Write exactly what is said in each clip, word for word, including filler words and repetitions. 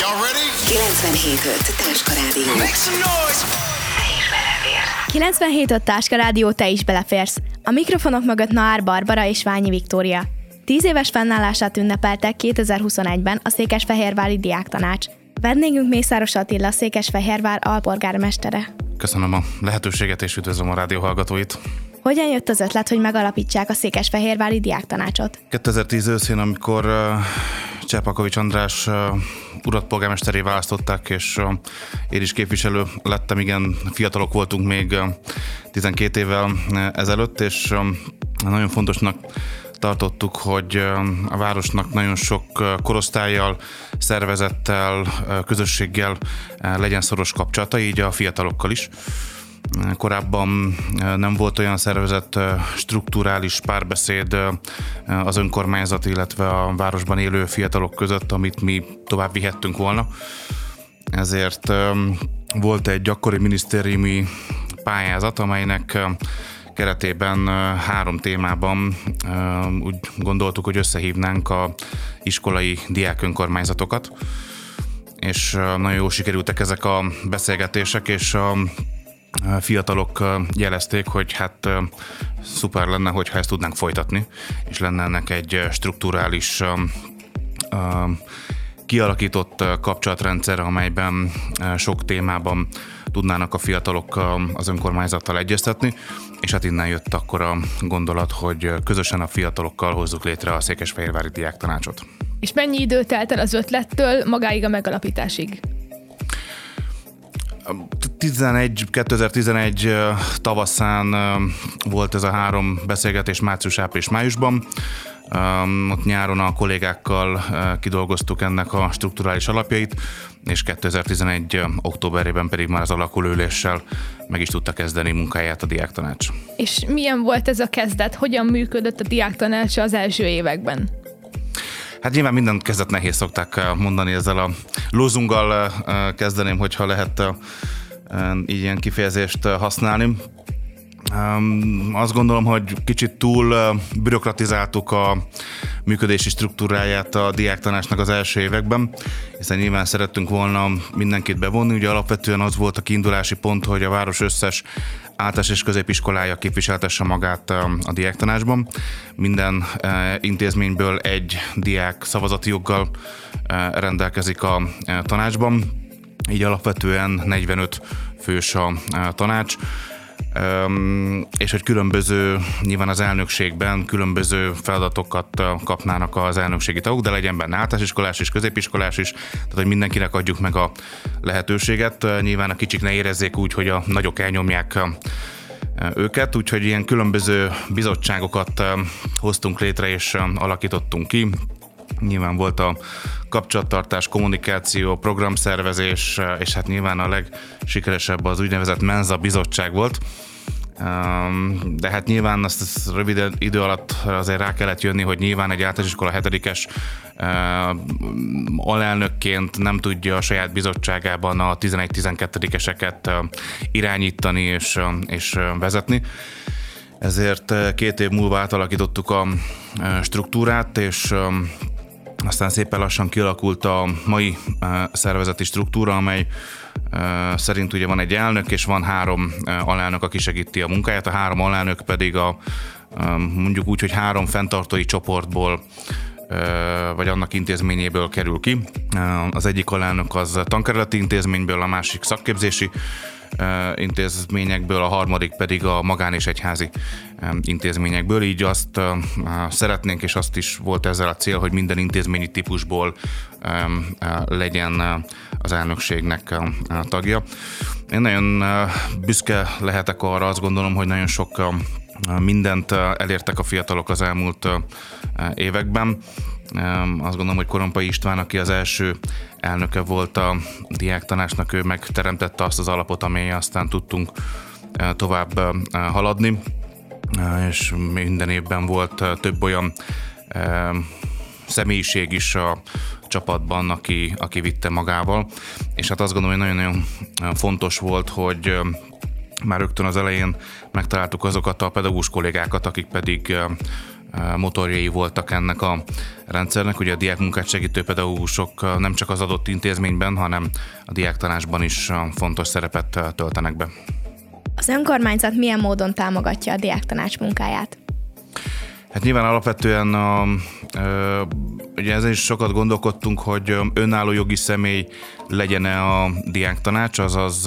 kilencvenhét öt Táska Rádió. Make some noise! Te is beleférsz. kilencvenhét öt Táska Rádió, te is beleférsz. A mikrofonok mögött Naár Barbara és Ványi Viktória. Tíz éves fennállását ünnepeltek kétezer-huszonegyben a Székesfehérvári Diáktanács. Vendégünk Mészáros Attila, Székesfehérvár alpolgármestere. Köszönöm a lehetőséget és üdvözlöm a rádió hallgatóit. Hogyan jött az ötlet, hogy megalapítsák a Székesfehérvári Diáktanácsot? kétezer-tíz őszén, amikor uh, Cserpalkovics András uh, urat polgármesteré választották, és uh, én is képviselő lettem, igen, fiatalok voltunk még uh, tizenkét évvel uh, ezelőtt, és uh, nagyon fontosnak tartottuk, hogy uh, a városnak nagyon sok uh, korosztállyal, szervezettel, uh, közösséggel uh, legyen szoros kapcsolata, így a fiatalokkal is. Korábban nem volt olyan szervezett strukturális párbeszéd az önkormányzat, illetve a városban élő fiatalok között, amit mi tovább vihettünk volna. Ezért volt egy akkori minisztériumi pályázat, amelynek keretében három témában úgy gondoltuk, hogy összehívnánk a iskolai diákönkormányzatokat, és nagyon jól sikerültek ezek a beszélgetések, és a fiatalok jelezték, hogy hát szuper lenne, hogyha ezt tudnánk folytatni, és lenne ennek egy strukturális kialakított kapcsolatrendszer, amelyben sok témában tudnának a fiatalok az önkormányzattal egyeztetni, és hát innen jött akkor a gondolat, hogy közösen a fiatalokkal hozzuk létre a Székesfehérvári Diáktanácsot. És mennyi idő telt el az ötlettől magáig a megalapításig? kétezer-tizenegy tavaszán volt ez a három beszélgetés március, április, májusban. Ott nyáron a kollégákkal kidolgoztuk ennek a strukturális alapjait, és kétezer-tizenegy októberében pedig már az alakulóüléssel meg is tudta kezdeni munkáját a Diáktanács. És milyen volt ez a kezdet? Hogyan működött a Diáktanács az első években? Hát nyilván minden kezdet nehéz, szokták mondani, ezzel a lózunggal kezdeném, hogyha lehet így ilyen kifejezést használni. Azt gondolom, hogy kicsit túl bürokratizáltuk a működési struktúráját a Diáktanácsnak az első években, hiszen nyilván szerettünk volna mindenkit bevonni. Ugye alapvetően az volt a kiindulási pont, hogy a város összes általános és középiskolája képviseltesse magát a Diáktanácsban. Minden intézményből egy diák szavazati joggal rendelkezik a tanácsban, így alapvetően negyvenöt fős a tanács, és hogy különböző, nyilván az elnökségben különböző feladatokat kapnának az elnökségi tagok, de legyen benne általános iskolás és középiskolás is, tehát hogy mindenkinek adjuk meg a lehetőséget. Nyilván a kicsik ne érezzék úgy, hogy a nagyok elnyomják őket, úgyhogy ilyen különböző bizottságokat hoztunk létre és alakítottunk ki. Nyilván volt a kapcsolattartás, kommunikáció, programszervezés, és hát nyilván a legsikeresebb az úgynevezett Menza bizottság volt. De hát nyilván azt, azt rövid idő alatt azért rá kellett jönni, hogy nyilván egy általános iskola hetedikes alelnökként nem tudja a saját bizottságában a tizenegy-tizenkettedikeseket irányítani és, és vezetni. Ezért két év múlva átalakítottuk a struktúrát, és aztán szépen lassan kialakult a mai szervezeti struktúra, amely szerint ugye van egy elnök, és van három alelnök, aki segíti a munkáját. A három alelnök pedig a, mondjuk úgy, hogy három fenntartói csoportból vagy annak intézményéből kerül ki. Az egyik alelnök az tankerületi intézményből, a másik szakképzési intézményekből, a harmadik pedig a magán- és egyházi intézményekből. Így azt szeretnénk, és azt is volt ezzel a cél, hogy minden intézményi típusból legyen az elnökségnek a tagja. Én nagyon büszke lehetek arra, azt gondolom, hogy nagyon sok mindent elértek a fiatalok az elmúlt években. Azt gondolom, hogy Korompai István, aki az első elnöke volt a Diáktanácsnak, ő megteremtette azt az alapot, amelyen aztán tudtunk tovább haladni, és minden évben volt több olyan személyiség is a csapatban, aki, aki vitte magával, és hát azt gondolom, hogy nagyon-nagyon fontos volt, hogy már rögtön az elején megtaláltuk azokat a pedagógus kollégákat, akik pedig motorjai voltak ennek a rendszernek. Ugye a diákmunkát segítő pedagógusok nem csak az adott intézményben, hanem a diáktanácsban is fontos szerepet töltenek be. Az önkormányzat milyen módon támogatja a diáktanács munkáját? Hát nyilván alapvetően a, ugye ezen is sokat gondolkodtunk, hogy önálló jogi személy legyen-e a diáktanács, azaz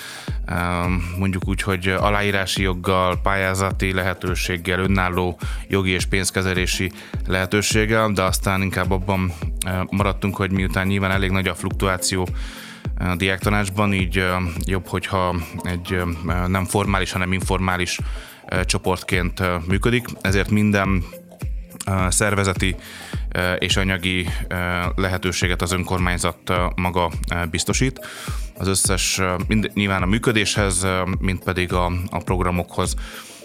mondjuk úgy, hogy aláírási joggal, pályázati lehetőséggel, önálló jogi és pénzkezelési lehetőséggel, de aztán inkább abban maradtunk, hogy miután nyilván elég nagy a fluktuáció a diáktanácsban, így jobb, hogyha egy nem formális, hanem informális csoportként működik, ezért minden szervezeti és anyagi lehetőséget az önkormányzat maga biztosít. Az összes, mind, nyilván a működéshez, mint pedig a, a programokhoz,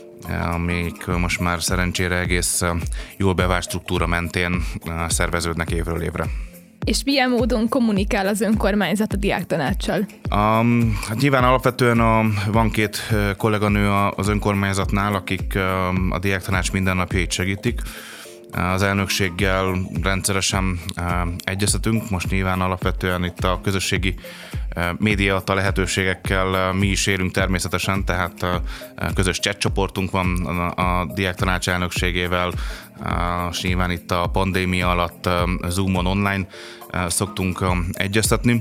amik most már szerencsére egész jól bevált struktúra mentén szerveződnek évről évre. És milyen módon kommunikál az önkormányzat a diáktanáccsal? Um, hát nyilván alapvetően a, van két kolléganő az önkormányzatnál, akik a diáktanács mindennapjait segítik. Az elnökséggel rendszeresen egyeztetünk, most nyilván alapvetően itt a közösségi média adta lehetőségekkel mi is élünk természetesen, tehát közös chat csoportunk van a diáktanács elnökségével, és nyilván itt a pandémia alatt Zoomon online szoktunk egyeztetni,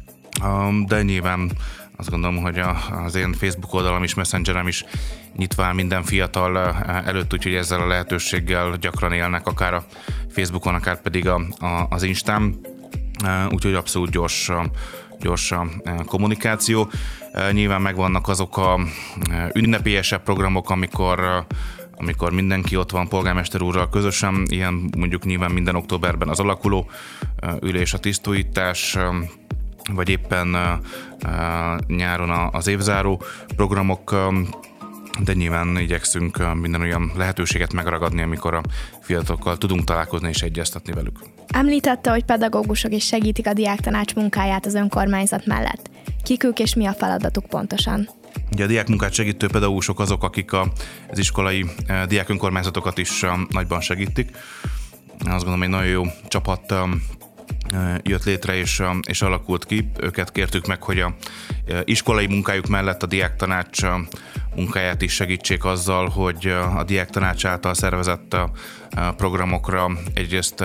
de nyilván azt gondolom, hogy az én Facebook oldalam is, Messengerem is nyitva áll minden fiatal előtt, úgyhogy ezzel a lehetőséggel gyakran élnek, akár a Facebookon, akár pedig a, a, az Instán, úgyhogy abszolút gyors, gyors a kommunikáció. Nyilván megvannak azok a ünnepélyesebb programok, amikor amikor mindenki ott van polgármester úrral közösen, ilyen mondjuk nyilván minden októberben az alakuló ülés, a tisztújítás, vagy éppen uh, uh, nyáron az évzáró programok, uh, de nyilván igyekszünk uh, minden olyan lehetőséget megragadni, amikor a fiatalokkal tudunk találkozni és egyeztetni velük. Említette, hogy pedagógusok is segítik a diáktanács munkáját az önkormányzat mellett. Kik ők és mi a feladatuk pontosan? Ugye a diákmunkát segítő pedagógusok azok, akik a, az iskolai uh, diákönkormányzatokat is uh, nagyban segítik. Azt gondolom, egy nagyon jó csapat uh, jött létre és, és alakult ki. Őket kértük meg, hogy a iskolai munkájuk mellett a diáktanács munkáját is segítsék azzal, hogy a diáktanács által szervezett programokra egyrészt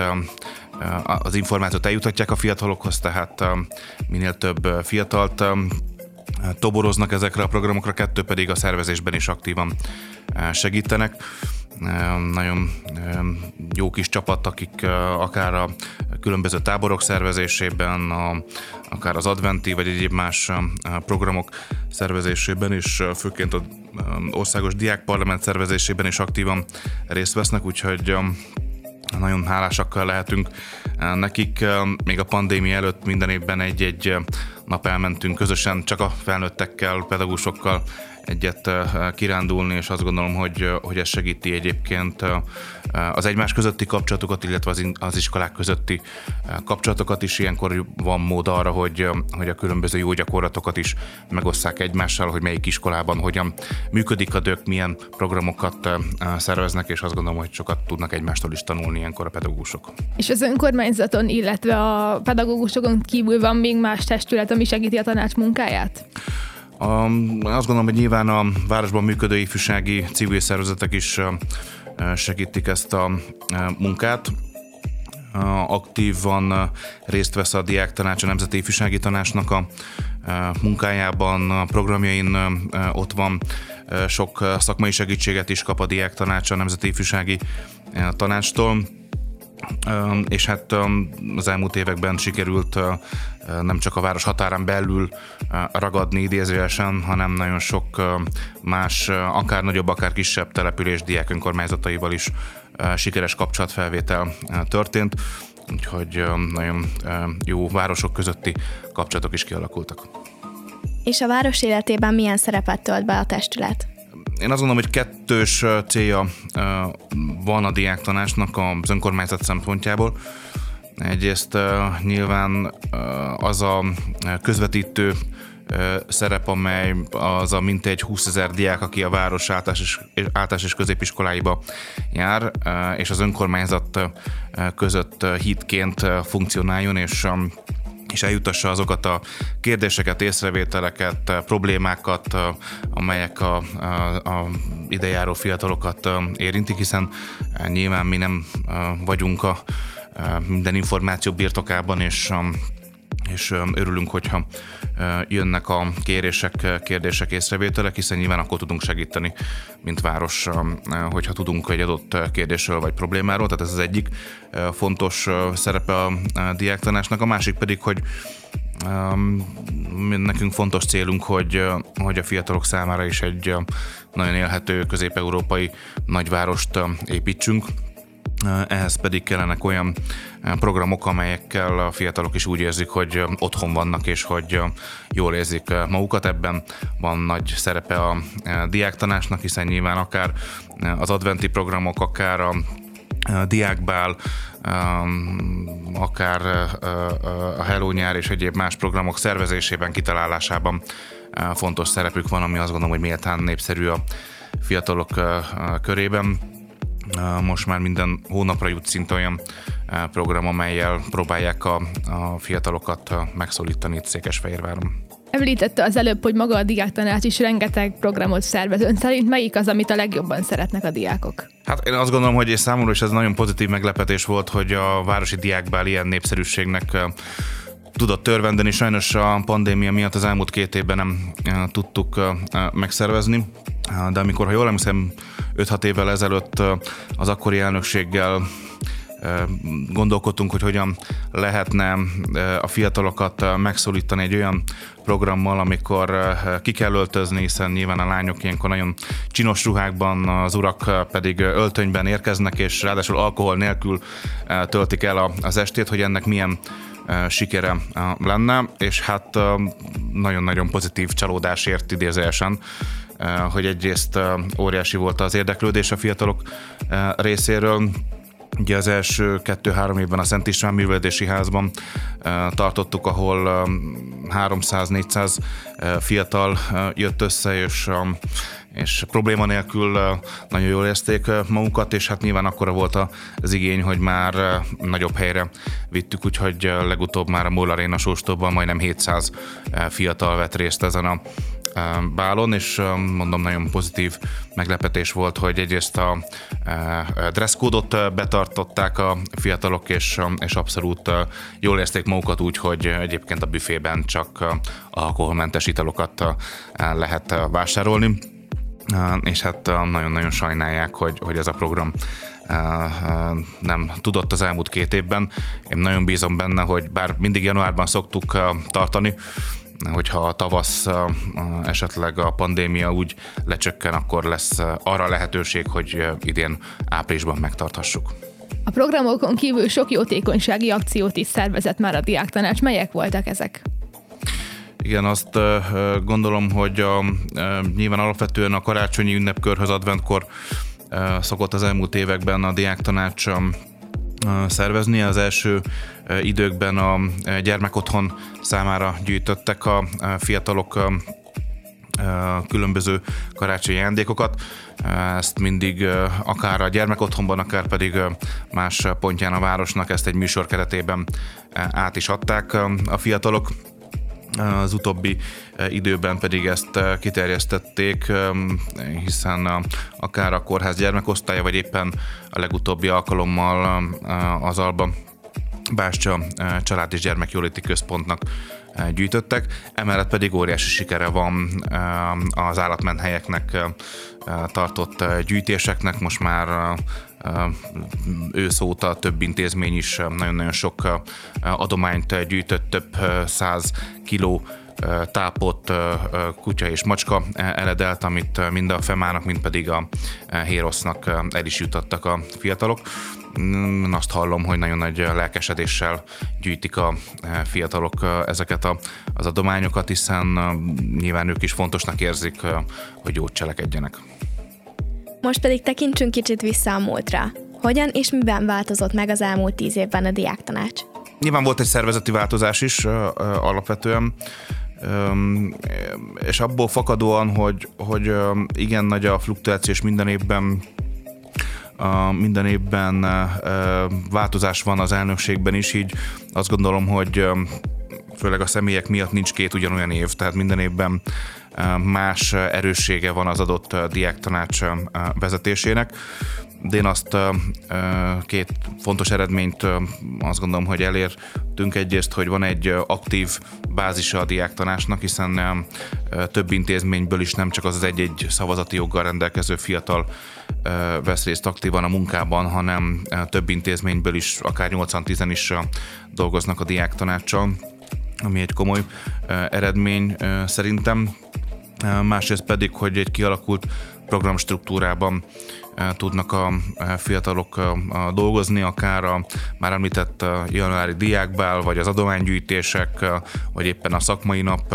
az információt eljutatják a fiatalokhoz, tehát minél több fiatalt toboroznak ezekre a programokra, kettő pedig a szervezésben is aktívan segítenek. Nagyon jó kis csapat, akik akár a különböző táborok szervezésében, akár az adventi vagy egyéb más programok szervezésében, és főként az országos diákparlament szervezésében is aktívan részt vesznek, úgyhogy nagyon hálásak lehetünk nekik. Még a pandémia előtt minden évben egy-egy nap elmentünk közösen, csak a felnőttekkel, pedagógusokkal egyet kirándulni, és azt gondolom, hogy, hogy ez segíti egyébként az egymás közötti kapcsolatokat, illetve az iskolák közötti kapcsolatokat is. Ilyenkor van mód arra, hogy, hogy a különböző jó gyakorlatokat is megosszák egymással, hogy melyik iskolában hogyan működik a dök, milyen programokat szerveznek, és azt gondolom, hogy sokat tudnak egymástól is tanulni ilyenkor a pedagógusok. És az önkormányzaton, illetve a pedagógusokon kívül van még más testület, ami segíti a tanács munkáját? Um, azt gondolom, hogy nyilván a városban működő ifjúsági civil szervezetek is uh, segítik ezt a uh, munkát. Uh, aktívan uh, részt vesz a diáktanács, a Nemzeti Ifjúsági Tanácsnak a uh, munkájában, a programjain uh, ott van. Uh, sok uh, szakmai segítséget is kap a diáktanács a Nemzeti Ifjúsági uh, Tanácstól. Uh, és hát um, az elmúlt években sikerült uh, nem csak a város határán belül ragadni idézőjelesen, hanem nagyon sok más, akár nagyobb, akár kisebb település diák önkormányzataival is sikeres kapcsolatfelvétel történt, úgyhogy nagyon jó városok közötti kapcsolatok is kialakultak. És a város életében milyen szerepet tölt be a testület? Én azt gondolom, hogy kettős célja van a diáktanácsnak az önkormányzat szempontjából. Egyrészt uh, nyilván uh, az a közvetítő szerep, amely az a mintegy húszezer diák, aki a város általános és, általános és középiskoláiba jár, és az önkormányzat között hídként funkcionáljon, és és eljutassa azokat a kérdéseket, észrevételeket, problémákat, amelyek a, a, a idejáró fiatalokat érintik, hiszen nyilván mi nem vagyunk a minden információ birtokában, és és örülünk, hogyha jönnek a kérések, kérdések, észrevételek, hiszen nyilván akkor tudunk segíteni, mint város, hogyha tudunk egy adott kérdésről vagy problémáról, tehát ez az egyik fontos szerepe a diáktanácsnak, a másik pedig, hogy nekünk fontos célunk, hogy, hogy a fiatalok számára is egy nagyon élhető közép-európai nagyvárost építsünk. Ehhez pedig kellenek olyan programok, amelyekkel a fiatalok is úgy érzik, hogy otthon vannak, és hogy jól érzik magukat. Ebben van nagy szerepe a diáktanácsnak, hiszen nyilván akár az adventi programok, akár a diákbál, akár a Hello nyár és egyéb más programok szervezésében, kitalálásában fontos szerepük van, ami azt gondolom, hogy méltán népszerű a fiatalok körében. Most már minden hónapra jut szinte olyan program, amellyel próbálják a, a fiatalokat megszólítani itt Székesfehérváron. Említette az előbb, hogy maga a diáktanács is rengeteg programot szervez. Ön szerint melyik az, amit a legjobban szeretnek a diákok? Hát én azt gondolom, hogy és számomra is ez nagyon pozitív meglepetés volt, hogy a városi diákbál ilyen népszerűségnek tudott örvendeni. Sajnos a pandémia miatt az elmúlt két évben nem tudtuk megszervezni, de amikor, ha jól emlékszem, öt-hat évvel ezelőtt az akkori elnökséggel gondolkodtunk, hogy hogyan lehetne a fiatalokat megszólítani egy olyan programmal, amikor ki kell öltözni, hiszen nyilván a lányok ilyenkor nagyon csinos ruhákban, az urak pedig öltönyben érkeznek, és ráadásul alkohol nélkül töltik el az estét, hogy ennek milyen sikere lenne, és hát nagyon-nagyon pozitív csalódás ért idézőjelesen, hogy egyrészt óriási volt az érdeklődés a fiatalok részéről. Ugye az első kettő-három évben a Szent István Művelődési Házban tartottuk, ahol háromszáz-négyszáz fiatal jött össze, és és probléma nélkül nagyon jól érezték magukat, és hát nyilván akkora volt az igény, hogy már nagyobb helyre vittük, úgyhogy legutóbb már a MOL Arena Sóstóban majdnem hétszáz fiatal vett részt ezen a bálon, és mondom, nagyon pozitív meglepetés volt, hogy egyrészt a dresszkódot betartották a fiatalok, és, és abszolút jól érezték magukat úgy, hogy egyébként a büfében csak alkoholmentes italokat lehet vásárolni. És hát nagyon-nagyon sajnálják, hogy, hogy ez a program nem tudott az elmúlt két évben. Én nagyon bízom benne, hogy bár mindig januárban szoktuk tartani, hogyha a tavasz esetleg a pandémia úgy lecsökken, akkor lesz arra lehetőség, hogy idén áprilisban megtarthassuk. A programokon kívül sok jótékonysági akciót is szervezett már a diáktanács. Melyek voltak ezek? Igen, azt gondolom, hogy a, nyilván alapvetően a karácsonyi ünnepkörhöz, adventkor szokott az elmúlt években a diáktanács szervezni. Az első időkben a gyermekotthon számára gyűjtöttek a fiatalok különböző karácsonyi ajándékokat. Ezt mindig akár a gyermekotthonban, akár pedig más pontján a városnak ezt egy műsor keretében át is adták a fiatalok. Az utóbbi időben pedig ezt kiterjesztették, hiszen akár a kórház gyermekosztálya, vagy éppen a legutóbbi alkalommal az Alba Bástya Család és Gyermekjóléti Központnak gyűjtöttek. Emellett pedig óriási sikere van az állatmenthelyeknek tartott gyűjtéseknek. Most már ősz óta több intézmény is nagyon-nagyon sok adományt gyűjtött, több száz kiló tápot, kutya és macska eledelt, amit mind a femának, mind pedig a Hérosznak el is jutottak a fiatalok. Azt hallom, hogy nagyon nagy lelkesedéssel gyűjtik a fiatalok ezeket az adományokat, hiszen nyilván ők is fontosnak érzik, hogy jót cselekedjenek. Most pedig tekintsünk kicsit vissza a múltra. Hogyan és miben változott meg az elmúlt tíz évben a diáktanács? Nyilván volt egy szervezeti változás is alapvetően. és abból fakadóan, hogy, hogy igen nagy a fluktuáció, és minden évben minden évben változás van az elnökségben is, így azt gondolom, hogy főleg a személyek miatt nincs két ugyanolyan év, tehát minden évben más erőssége van az adott diáktanács vezetésének. De én azt két fontos eredményt azt gondolom, hogy elértünk. Egyrészt, hogy van egy aktív bázisa a diáktanácsnak, hiszen több intézményből is nem csak az az egy-egy szavazati joggal rendelkező fiatal vesz részt aktívan a munkában, hanem több intézményből is, akár nyolcan-tízen is dolgoznak a diáktanáccsal, ami egy komoly eredmény szerintem. Másrészt pedig, hogy egy kialakult programstruktúrában tudnak a fiatalok dolgozni, akár a már említett januári diákbál, vagy az adománygyűjtések, vagy éppen a szakmai nap,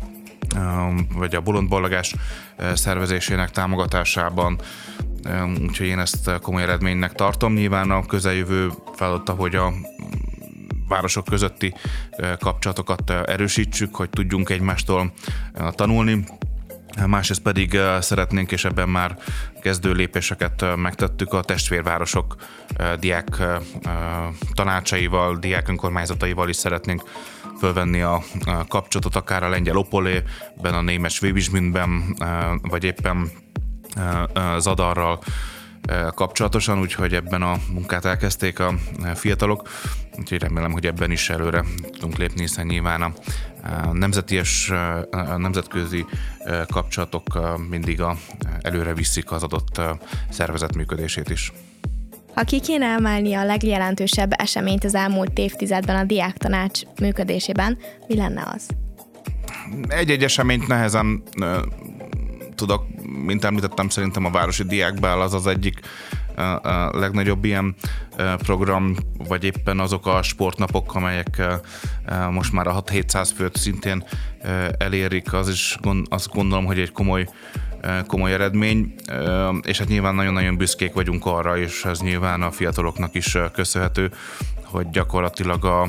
vagy a bolondballagás szervezésének támogatásában. Úgyhogy én ezt komoly eredménynek tartom. Nyilván a közeljövő feladata, hogy a városok közötti kapcsolatokat erősítsük, hogy tudjunk egymástól tanulni. Másrészt pedig szeretnénk, és ebben már kezdő lépéseket megtettük, a testvérvárosok diák tanácsaival, diák önkormányzataival is szeretnénk fölvenni a kapcsolatot, akár a lengyel Opolében, a német Schwäbisch-Mündben, vagy éppen Zadarral kapcsolatosan, úgyhogy ebben a munkát elkezdték a fiatalok, úgyhogy remélem, hogy ebben is előre tudunk lépni, hiszen nyilván a nemzeti és a nemzetközi kapcsolatok mindig a, előre viszik az adott szervezet működését is. Ha ki kéne emelni a legjelentősebb eseményt az elmúlt évtizedben a diáktanács működésében, mi lenne az? Egy-egy eseményt nehezen tudok, mint említettem, szerintem a városi diákbál az az egyik a legnagyobb ilyen program, vagy éppen azok a sportnapok, amelyek most már a hat-hétszáz főt szintén elérik, az is azt gondolom, hogy egy komoly, komoly eredmény, és hát nyilván nagyon-nagyon büszkék vagyunk arra, és ez nyilván a fiataloknak is köszönhető, hogy gyakorlatilag a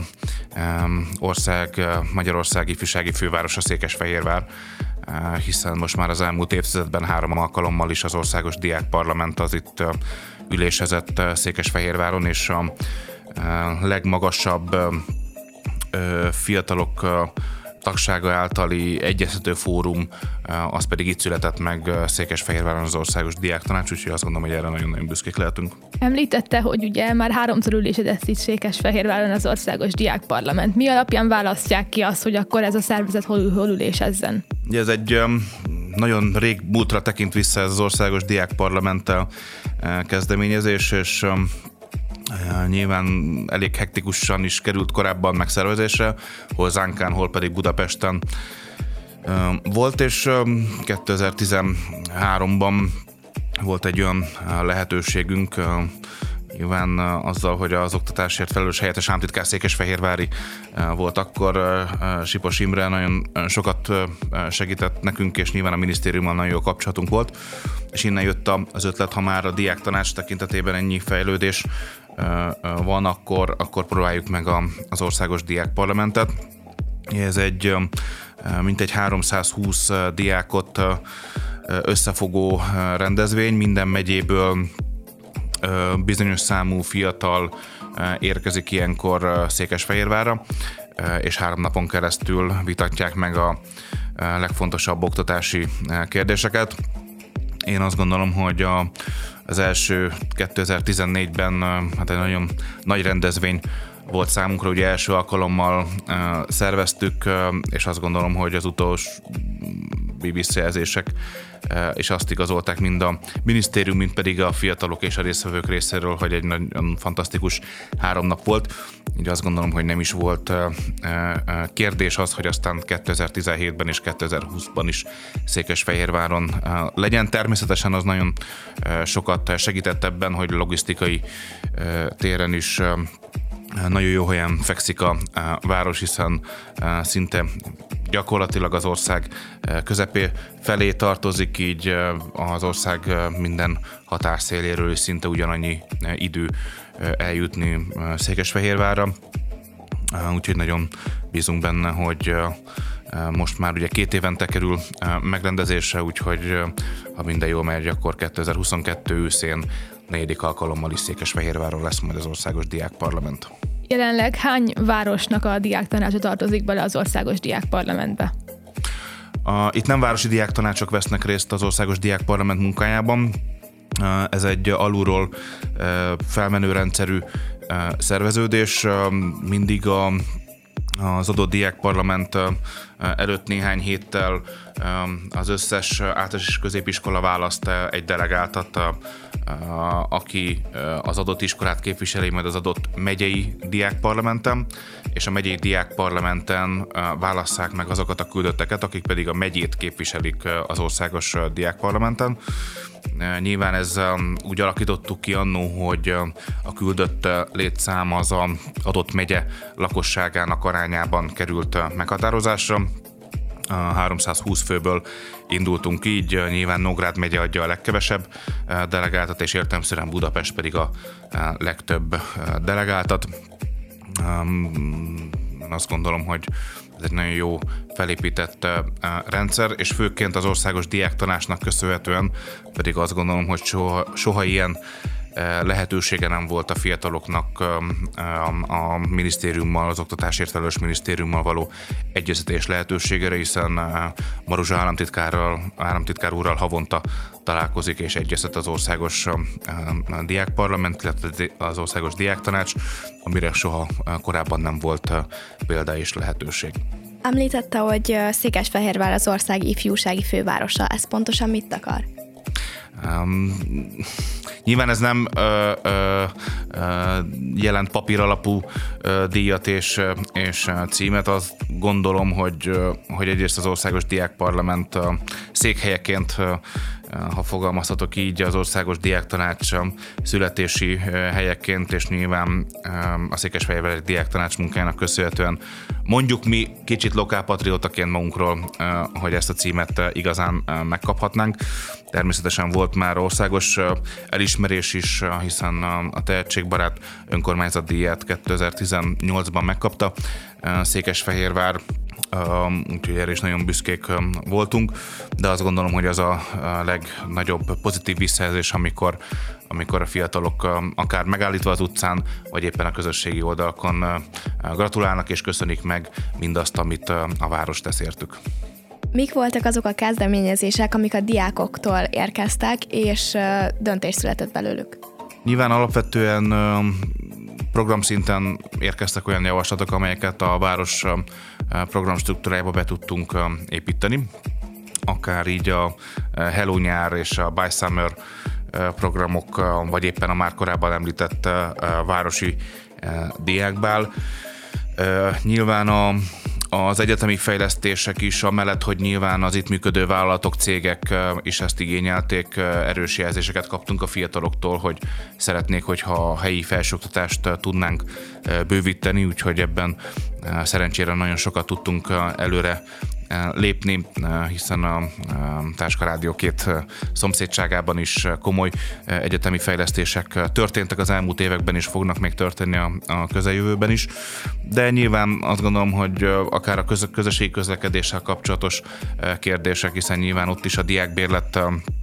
ország, Magyarország ifjúsági fővárosa Székesfehérvár, hiszen most már az elmúlt évtizedben három alkalommal is az országos diákparlament az itt ülésezett Székesfehérváron, és a legmagasabb fiatalok tagsága általi egyeztető fórum, az pedig itt született meg Székesfehérváron, az országos diáktanács, úgyhogy azt gondolom, hogy erre nagyon-nagyon büszkék lehetünk. Említette, hogy ugye már háromszor ülésezett itt Székesfehérváron az országos diákparlament. Mi alapján választják ki azt, hogy akkor ez a szervezet hol, hol ülésezzen? Ugye ez egy nagyon rég múltra tekint vissza ez az országos diákparlamenttel kezdeményezés, és nyilván elég hektikusan is került korábban megszervezésre, hol Zánkán, hol pedig Budapesten volt, és kétezer-tizenháromban volt egy olyan lehetőségünk, nyilván azzal, hogy az oktatásért felelős helyettes államtitkár székesfehérvári volt akkor, Sipos Imre nagyon sokat segített nekünk, és nyilván a minisztériummal nagyon jó kapcsolatunk volt, és innen jött az ötlet, ha már a diáktanács tekintetében ennyi fejlődés van, akkor, akkor próbáljuk meg az országos diákparlamentet. Ez egy mintegy háromszázhúsz diákot összefogó rendezvény, minden megyéből bizonyos számú fiatal érkezik ilyenkor Székesfehérvárra, és három napon keresztül vitatják meg a legfontosabb oktatási kérdéseket. Én azt gondolom, hogy a, az első kétezer-tizennégyben hát egy nagyon nagy rendezvény volt számunkra, ugye első alkalommal uh, szerveztük, uh, és azt gondolom, hogy az utolsó visszajelzések uh, és azt igazolták mind a minisztérium, mind pedig a fiatalok és a résztvevők részéről, hogy egy nagyon fantasztikus három nap volt. Így azt gondolom, hogy nem is volt uh, uh, kérdés az, hogy aztán kétezer-tizenhétben és kétezer-húszban is Székesfehérváron uh, legyen. Természetesen az nagyon uh, sokat segített ebben, hogy logisztikai uh, téren is uh, nagyon jó helyen fekszik a város, hiszen szinte gyakorlatilag az ország közepé felé tartozik, így az ország minden határszéléről is szinte ugyanannyi idő eljutni Székesfehérvárra. Úgyhogy nagyon bízunk benne, hogy most már ugye két évente kerül megrendezésre, úgyhogy ha minden jól megy, akkor kétezer-huszonkettő őszén negyedik alkalommal is Székesfehérváron lesz majd az Országos Diákparlament. Jelenleg hány városnak a diáktanácsa tartozik bele az Országos Diákparlamentbe? A, itt nem városi diáktanácsok vesznek részt az Országos Diákparlament munkájában. Ez egy alulról felmenő rendszerű szerveződés. Mindig a, az adott diákparlament előtt néhány héttel az összes általános és középiskola választ egy delegáltat, aki az adott iskolát képviseli majd az adott megyei diákparlamenten, és a megyei diákparlamenten válasszák meg azokat a küldötteket, akik pedig a megyét képviselik az Országos Diákparlamenten. Nyilván ez úgy alakítottuk ki annó, hogy a küldött létszám az az adott megye lakosságának arányában került meghatározásra. háromszázhúsz főből indultunk így, nyilván Nógrád megye adja a legkevesebb delegáltat, és értelemszerűen Budapest pedig a legtöbb delegáltat. Azt gondolom, hogy ez egy nagyon jó felépített rendszer, és főként az Országos Diáktanácsnak köszönhetően pedig azt gondolom, hogy soha, soha ilyen lehetősége nem volt a fiataloknak a minisztériummal, az oktatásért felelős minisztériummal való egyeztetés lehetőségére, hiszen Maruzsa államtitkárral, államtitkár úrral havonta találkozik és egyeztet az Országos Diákparlament, illetve az Országos Diáktanács, amire soha korábban nem volt példa és lehetőség. Említette, hogy Székesfehérvár az ország ifjúsági fővárosa. Ez pontosan mit akar? Um, nyilván ez nem ö, ö, ö, jelent papíralapú ö, díjat és, és címet. Azt gondolom, hogy, hogy egyrészt az Országos Diákparlament székhelyeként, ha fogalmazhatok így, az Országos Diáktanács születési helyeként, és nyilván a Székesfehérvári Diáktanács munkájának köszönhetően mondjuk mi kicsit lokálpatriótaként magunkról, hogy ezt a címet igazán megkaphatnánk. Természetesen volt már országos elismerés is, hiszen a Tehetségbarát önkormányzat díját kétezer-tizennyolcban megkapta Székesfehérvár, úgyhogy erre is nagyon büszkék voltunk, de azt gondolom, hogy az a legnagyobb pozitív visszajelzés, amikor, amikor a fiatalok akár megállítva az utcán, vagy éppen a közösségi oldalakon gratulálnak és köszönik meg mindazt, amit a város tesz értük. Mik voltak azok a kezdeményezések, amik a diákoktól érkeztek, és döntés született belőlük? Nyilván alapvetően programszinten érkeztek olyan javaslatok, amelyeket a város programstruktúrájába be tudtunk építeni. Akár így a Hello Nyár és a Buy Summer programok, vagy éppen a már korábban említett városi diákbál. Nyilván a Az egyetemi fejlesztések is, amellett, hogy nyilván az itt működő vállalatok, cégek is ezt igényelték, erős jelzéseket kaptunk a fiataloktól, hogy szeretnék, hogyha a helyi felsőoktatást tudnánk bővíteni, úgyhogy ebben szerencsére nagyon sokat tudtunk előre lépni, hiszen a Táska Rádió két szomszédságában is komoly egyetemi fejlesztések történtek az elmúlt években, és fognak még történni a, a közeljövőben is. De nyilván azt gondolom, hogy akár a köz- közösségi közlekedéssel kapcsolatos kérdések, hiszen nyilván ott is a diákbérlet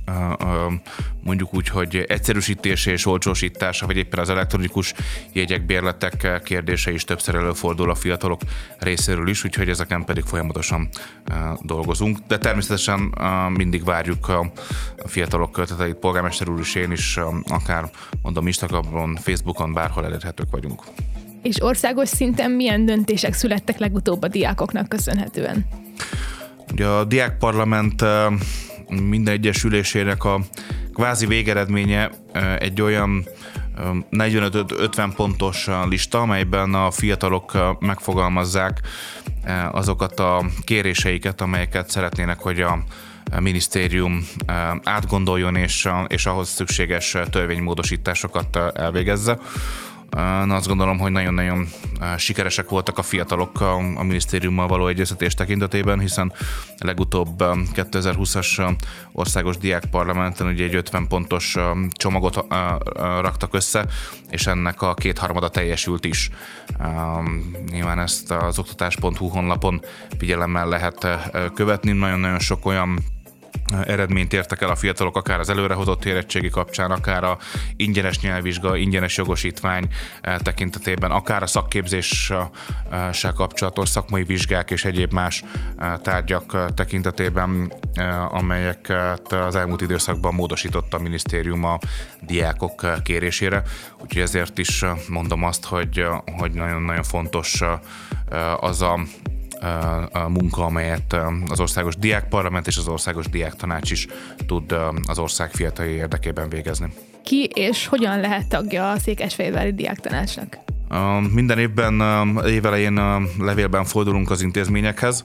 mondjuk úgy, hogy egyszerűsítése és olcsósítása, vagy éppen az elektronikus jegyek, bérletek kérdése is többször előfordul a fiatalok részéről is, úgyhogy ezeken pedig folyamatosan dolgozunk. De természetesen mindig várjuk a fiatalok költeteit, polgármester úr is, én is, akár mondom Instagramon, Facebookon, bárhol elérhetők vagyunk. És országos szinten milyen döntések születtek legutóbb a diákoknak köszönhetően? Ugye a Diákparlament minden egyes ülésének a kvázi végeredménye egy olyan negyvenöt-ötven pontos lista, amelyben a fiatalok megfogalmazzák azokat a kéréseiket, amelyeket szeretnének, hogy a minisztérium átgondoljon és, és ahhoz szükséges törvénymódosításokat elvégezze. Azt gondolom, hogy nagyon-nagyon sikeresek voltak a fiatalok a, a minisztériummal való egyeztetés tekintetében, hiszen legutóbb kétezer-húszas országos diákparlamenten ugye egy ötven pontos csomagot raktak össze, és ennek a kétharmada teljesült is. Nyilván ezt az oktatás pont hu honlapon figyelemmel lehet követni. Nagyon-nagyon sok olyan eredményt értek el a fiatalok, akár az előrehozott érettségi kapcsán, akár a ingyenes nyelvvizsga, ingyenes jogosítvány tekintetében, akár a szakképzéssel kapcsolatos szakmai vizsgák és egyéb más tárgyak tekintetében, amelyeket az elmúlt időszakban módosított a minisztérium a diákok kérésére. Úgyhogy ezért is mondom azt, hogy, hogy nagyon-nagyon fontos az a a munka, amelyet az Országos Diákparlament és az Országos Diáktanács is tud az ország fiataljai érdekében végezni. Ki és hogyan lehet tagja a Székesfehérvári Diáktanácsnak? Minden évben évelején levélben fordulunk az intézményekhez,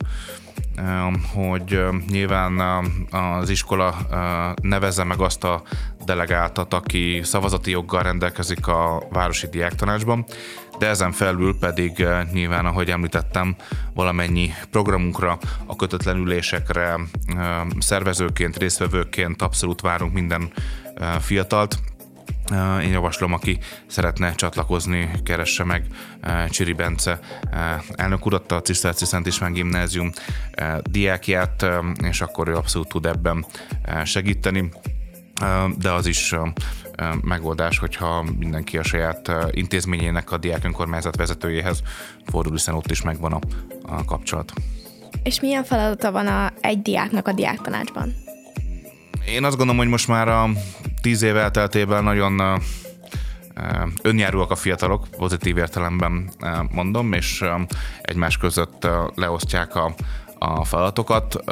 hogy nyilván az iskola nevezze meg azt a delegáltat, aki szavazati joggal rendelkezik a Városi Diáktanácsban, de ezen felül pedig nyilván, ahogy említettem, valamennyi programunkra, a kötetlen ülésekre szervezőként, résztvevőként abszolút várunk minden fiatalt. Én javaslom, aki szeretne csatlakozni, keresse meg Csiri Bence elnök urat, a Ciszterci Szent István Gimnázium diákját, és akkor ő abszolút tud ebben segíteni. De az is megoldás, hogyha mindenki a saját intézményének a diák önkormányzat vezetőjéhez fordul, hiszen ott is megvan a, a kapcsolat. És milyen feladata van a, egy diáknak a diáktanácsban? Én azt gondolom, hogy most már a tíz év elteltében nagyon önjáróak a fiatalok, pozitív értelemben mondom, és egymás között leosztják a, a feladatokat.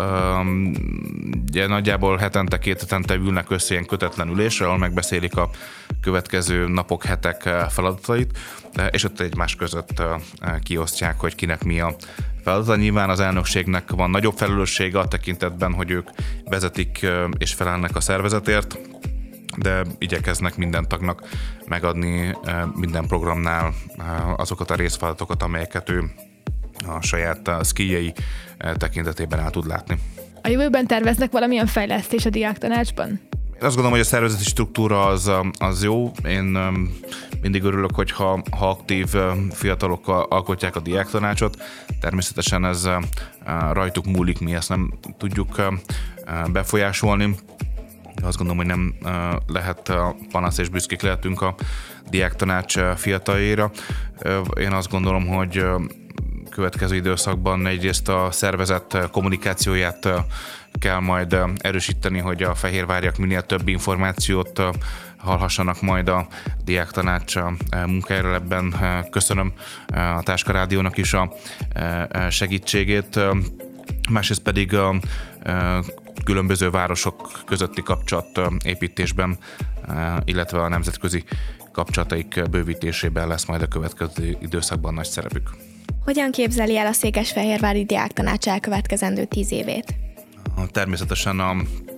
Ugye nagyjából hetente, két hetente ülnek össze ilyen kötetlen ülésre, ahol megbeszélik a következő napok, hetek feladatait, és ott egymás között kiosztják, hogy kinek mi a feladata. Nyilván az elnökségnek van nagyobb felelőssége a tekintetben, hogy ők vezetik és felelnek a szervezetért, de igyekeznek minden tagnak megadni minden programnál azokat a részfeladatokat, amelyeket ő a saját skilljei tekintetében el tud látni. A jövőben terveznek valamilyen fejlesztés a diáktanácsban? Én azt gondolom, hogy a szervezeti struktúra az, az jó. Én mindig örülök, hogyha ha aktív fiatalok alkotják a diáktanácsot. Természetesen ez rajtuk múlik, mi ezt nem tudjuk befolyásolni. Azt gondolom, hogy nem lehet panasz és büszkék lehetünk a diáktanács fiataljaira. Én azt gondolom, hogy következő időszakban egyrészt a szervezet kommunikációját kell majd erősíteni, hogy a fehérváriak minél több információt hallhassanak majd a diáktanács munkájáról. Ebben köszönöm a Táska Rádiónak is a segítségét. Másrészt pedig a különböző városok közötti kapcsolatépítésben, illetve a nemzetközi kapcsolataik bővítésében lesz majd a következő időszakban nagy szerepük. Hogyan képzeli el a Székesfehérvári Diáktanács elkövetkezendő tíz évét? Természetesen a,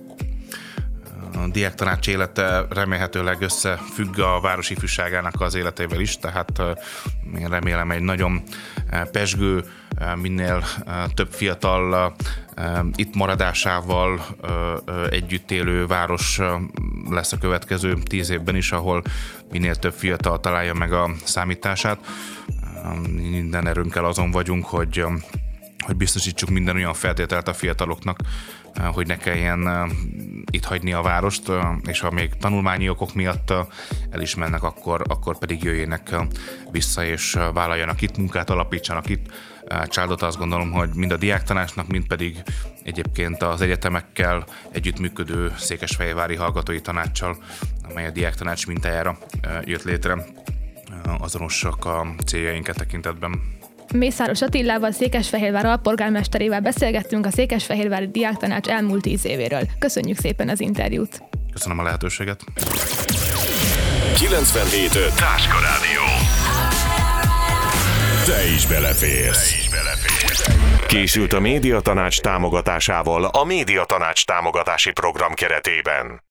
a diáktanács élete remélhetőleg összefügg a város ifjúságának az életével is, tehát én remélem egy nagyon pezsgő, minél több fiatal itt maradásával együtt élő város lesz a következő tíz évben is, ahol minél több fiatal találja meg a számítását. Minden erőnkkel azon vagyunk, hogy, hogy biztosítsuk minden olyan feltételt a fiataloknak, hogy ne kelljen itt hagyni a várost, és ha még tanulmányi okok miatt el is mennek, akkor, akkor pedig jöjjenek vissza, és vállaljanak itt munkát, alapítsanak itt családot. Azt gondolom, hogy mind a diáktanácsnak, mind pedig egyébként az egyetemekkel együttműködő Székesfehérvári Hallgatói Tanáccsal, amely a diáktanács mintájára jött létre, azonosak a céljainkat tekintetben. Mészáros Attilával, Székesfehérvár alpolgármesterével beszélgettünk a Székesfehérvári Diáktanács elmúlt tíz évéről. Köszönjük szépen az interjút! Köszönöm a lehetőséget! kilencvenhét öt Táska Rádió. Te is beleférsz. Te is beleférsz. Készült a Médiatanács támogatásával a Médiatanács támogatási program keretében.